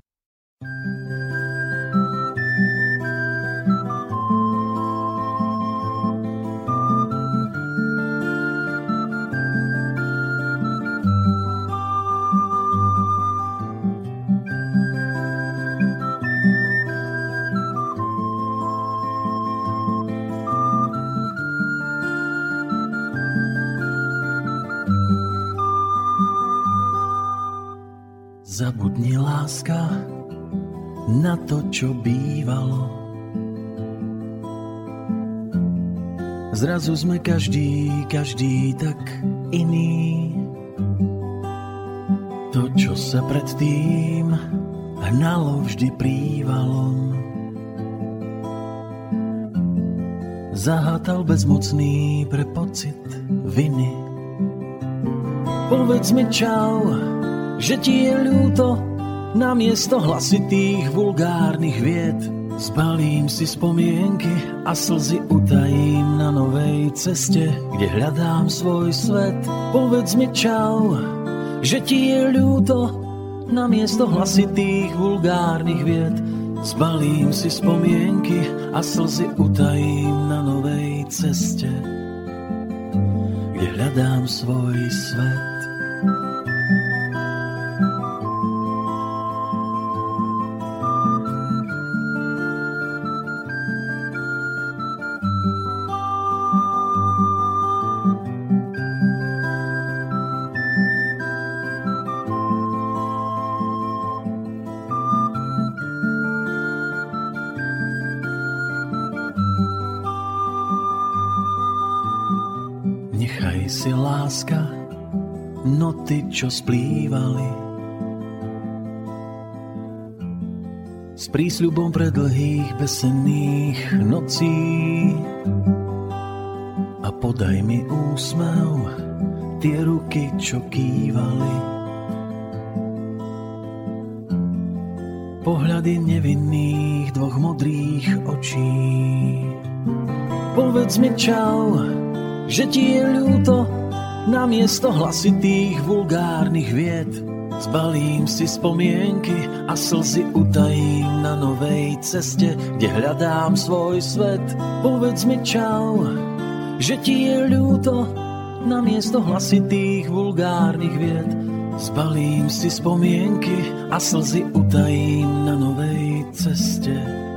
Zabudni, láska, na to, čo bývalo. Zrazu sme každý, každý tak iný. To, čo sa predtým hnalo vždy prívalom, zahátal bezmocný pre pocit viny. Povedz mi čau, že ti je ľúto, namiesto hlasitých vulgárnych vied. Zbalím si spomienky a slzy utajím na novej ceste, kde hľadám svoj svet. Povedz mi čau, že ti je ľúto, namiesto hlasitých vulgárnych vied. Zbalím si spomienky a slzy utajím na novej ceste, kde hľadám svoj svet. Nechaj si, láska, noty, čo splývali, s prísľubom pre dlhých besenných nocí. A podaj mi úsmev, tie ruky, čo kývali, pohľady nevinných dvoch modrých očí. Povedz mi čau, že ti je ľúto, namiesto hlasitých vulgárnych vied. Zbalím si spomienky a slzy utajím na novej ceste, kde hľadám svoj svet. Povedz mi čau, že ti je ľúto, namiesto hlasitých vulgárnych vied. Zbalím si spomienky a slzy utajím na novej ceste,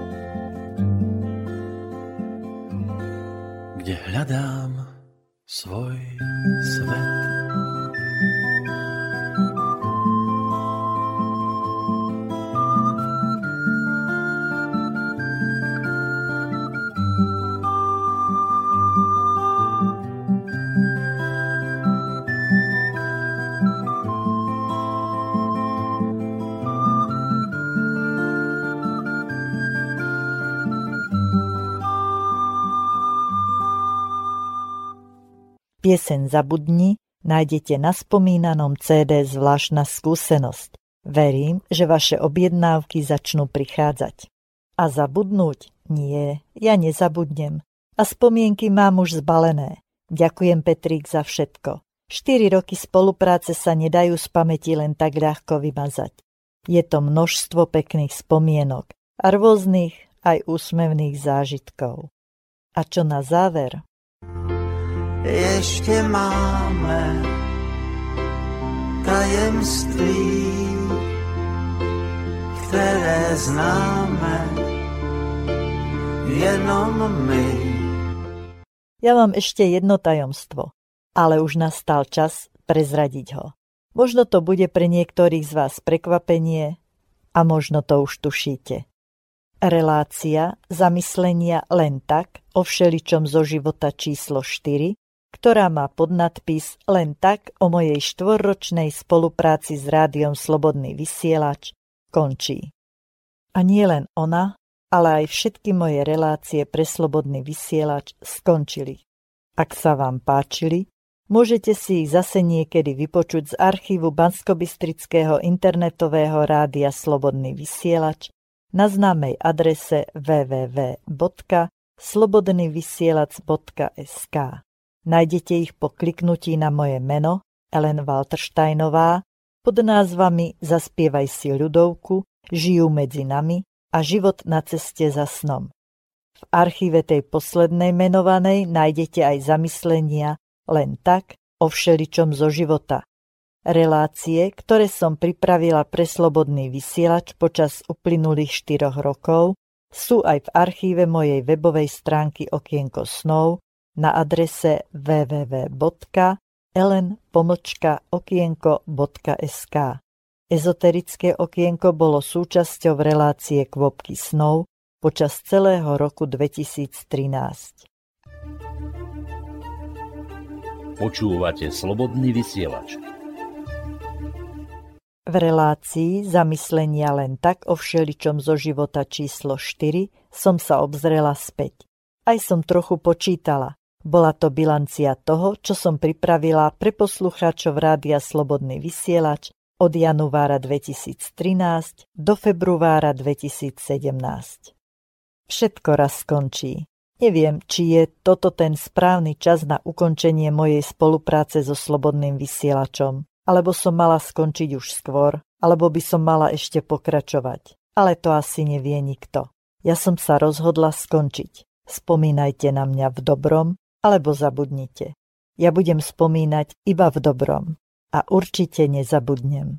kde hľadám svoj svet. Pieseň Zabudni nájdete na spomínanom cé dé Zvláštna skúsenosť. Verím, že vaše objednávky začnú prichádzať. A zabudnúť? Nie, ja nezabudnem. A spomienky mám už zbalené. Ďakujem, Petrík, za všetko. Štyri roky spolupráce sa nedajú z pamäti len tak ľahko vymazať. Je to množstvo pekných spomienok a rôznych aj úsmevných zážitkov. A čo na záver? Ještě máme tajemství, které známe jenom my. Ja mám ešte jedno tajomstvo, ale už nastal čas prezradiť ho. Možno to bude pre niektorých z vás prekvapenie a možno to už tušíte. Relácia zamyslenia len tak o všeličom zo života číslo štyri, ktorá má podnadpis Len tak o mojej štvorročnej spolupráci s rádiom Slobodný vysielač, končí. A nie len ona, ale aj všetky moje relácie pre Slobodný vysielač skončili. Ak sa vám páčili, môžete si ich zase niekedy vypočuť z archívu Banskobystrického internetového rádia Slobodný vysielač na známej adrese w w w bodka slobodný vysielač bodka es ká. Nájdete ich po kliknutí na moje meno, Ellen Waltersteinová, pod názvami Zaspievaj si ľudovku, Žijú medzi nami a Život na ceste za snom. V archíve tej poslednej menovanej nájdete aj zamyslenia Len tak o všeličom zo života. Relácie, ktoré som pripravila pre Slobodný vysielač počas uplynulých štyroch rokov, sú aj v archíve mojej webovej stránky Okienko snov na adrese w w w bodka ellen pomlčka okienko bodka es ká. Ezoterické okienko bolo súčasťou relácie Kvopky snov počas celého roku dvetisíctrinásť. Počúvate Slobodný vysielač. V relácii Zamyslenia len tak o všeličom zo života číslo štyri som sa obzrela späť. Aj som trochu počítala. Bola to bilancia toho, čo som pripravila pre poslucháčov Rádia Slobodný vysielač od januára dvetisíctrinásť do februára dvetisícsedemnásť. Všetko raz skončí. Neviem, či je toto ten správny čas na ukončenie mojej spolupráce so Slobodným vysielačom, alebo som mala skončiť už skôr, alebo by som mala ešte pokračovať. Ale to asi nevie nikto. Ja som sa rozhodla skončiť. Spomínajte na mňa v dobrom, alebo zabudnite. Ja budem spomínať iba v dobrom. A určite nezabudnem.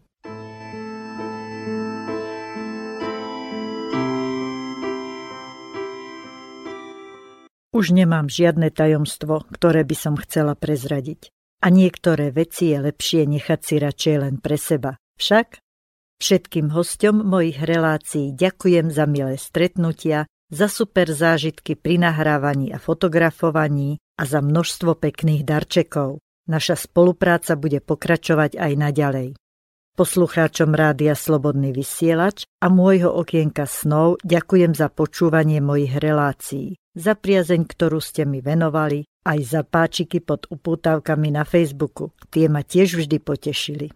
Už nemám žiadne tajomstvo, ktoré by som chcela prezradiť. A niektoré veci je lepšie nechať si radšej len pre seba. Však všetkým hosťom mojich relácií ďakujem za milé stretnutia, za super zážitky pri nahrávaní a fotografovaní a za množstvo pekných darčekov. Naša spolupráca bude pokračovať aj naďalej. Poslucháčom Rádia Slobodný vysielač a môjho okienka snov ďakujem za počúvanie mojich relácií, za priazeň, ktorú ste mi venovali, aj za páčiky pod upútavkami na Facebooku. Tie ma tiež vždy potešili.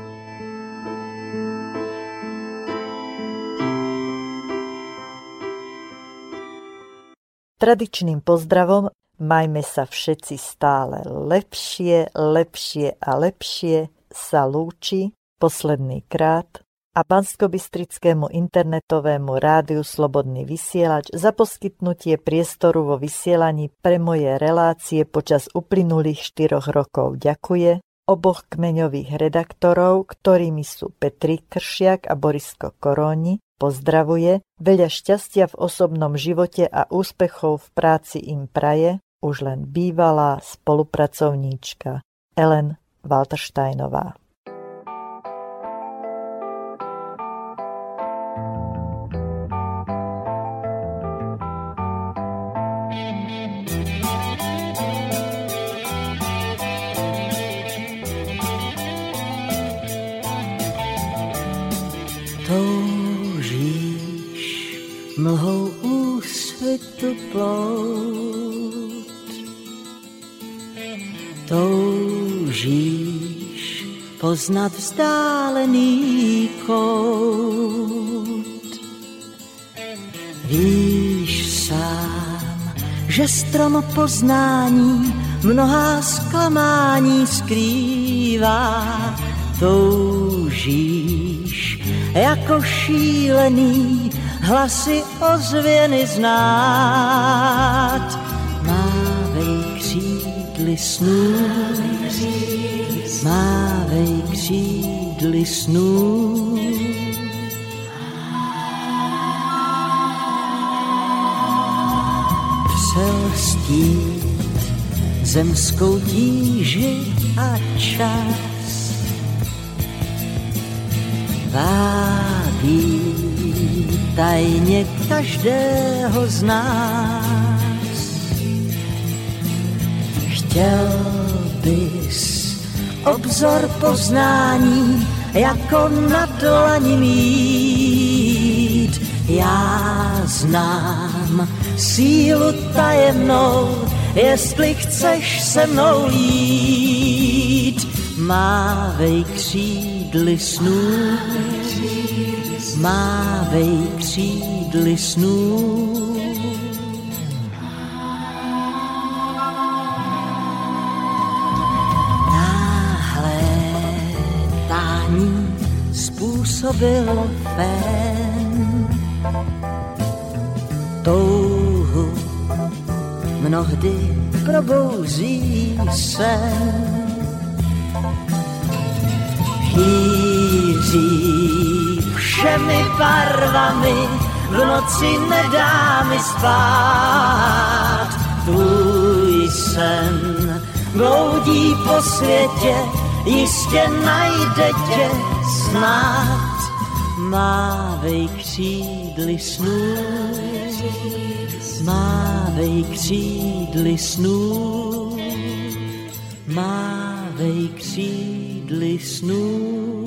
Tradičným pozdravom majme sa všetci stále lepšie, lepšie a lepšie sa lúči posledný krát a banskobystrickému internetovému rádiu Slobodný vysielač za poskytnutie priestoru vo vysielaní pre moje relácie počas uplynulých štyroch rokov ďakuje oboch kmeňových redaktorov, ktorými sú Petri Kršiak a Borisko Koróni. Pozdravuje, veľa šťastia v osobnom živote a úspechov v práci im praje už len bývalá spolupracovníčka Ellen Waltersteinová. Mlhou úsvitu plout, toužíš poznat vzdálený kout. Víš sám, že strom poznání mnohá zklamání skrývá. Toužíš jako šílený hlasy ozvěny znát. Mávej křídly snů, mávej křídly snů. Přelstít zemskou tíži a čas vábí tajně každého z nás. Chtěl bys obzor poznání jako na dlani mít. Já znám sílu tajemnou, jestli chceš se mnou jít. Mávej křídly snů, mávej křídly snů. Náhlé tání způsobilo fén, touhu mnohdy probouzí sen. Hýří všemi barvami, v noci nedá mi spát. Tvůj sen bloudí po světě, jistě najde tě snad. Mávej křídly snů, mávej křídly snů, mávej křídly snů.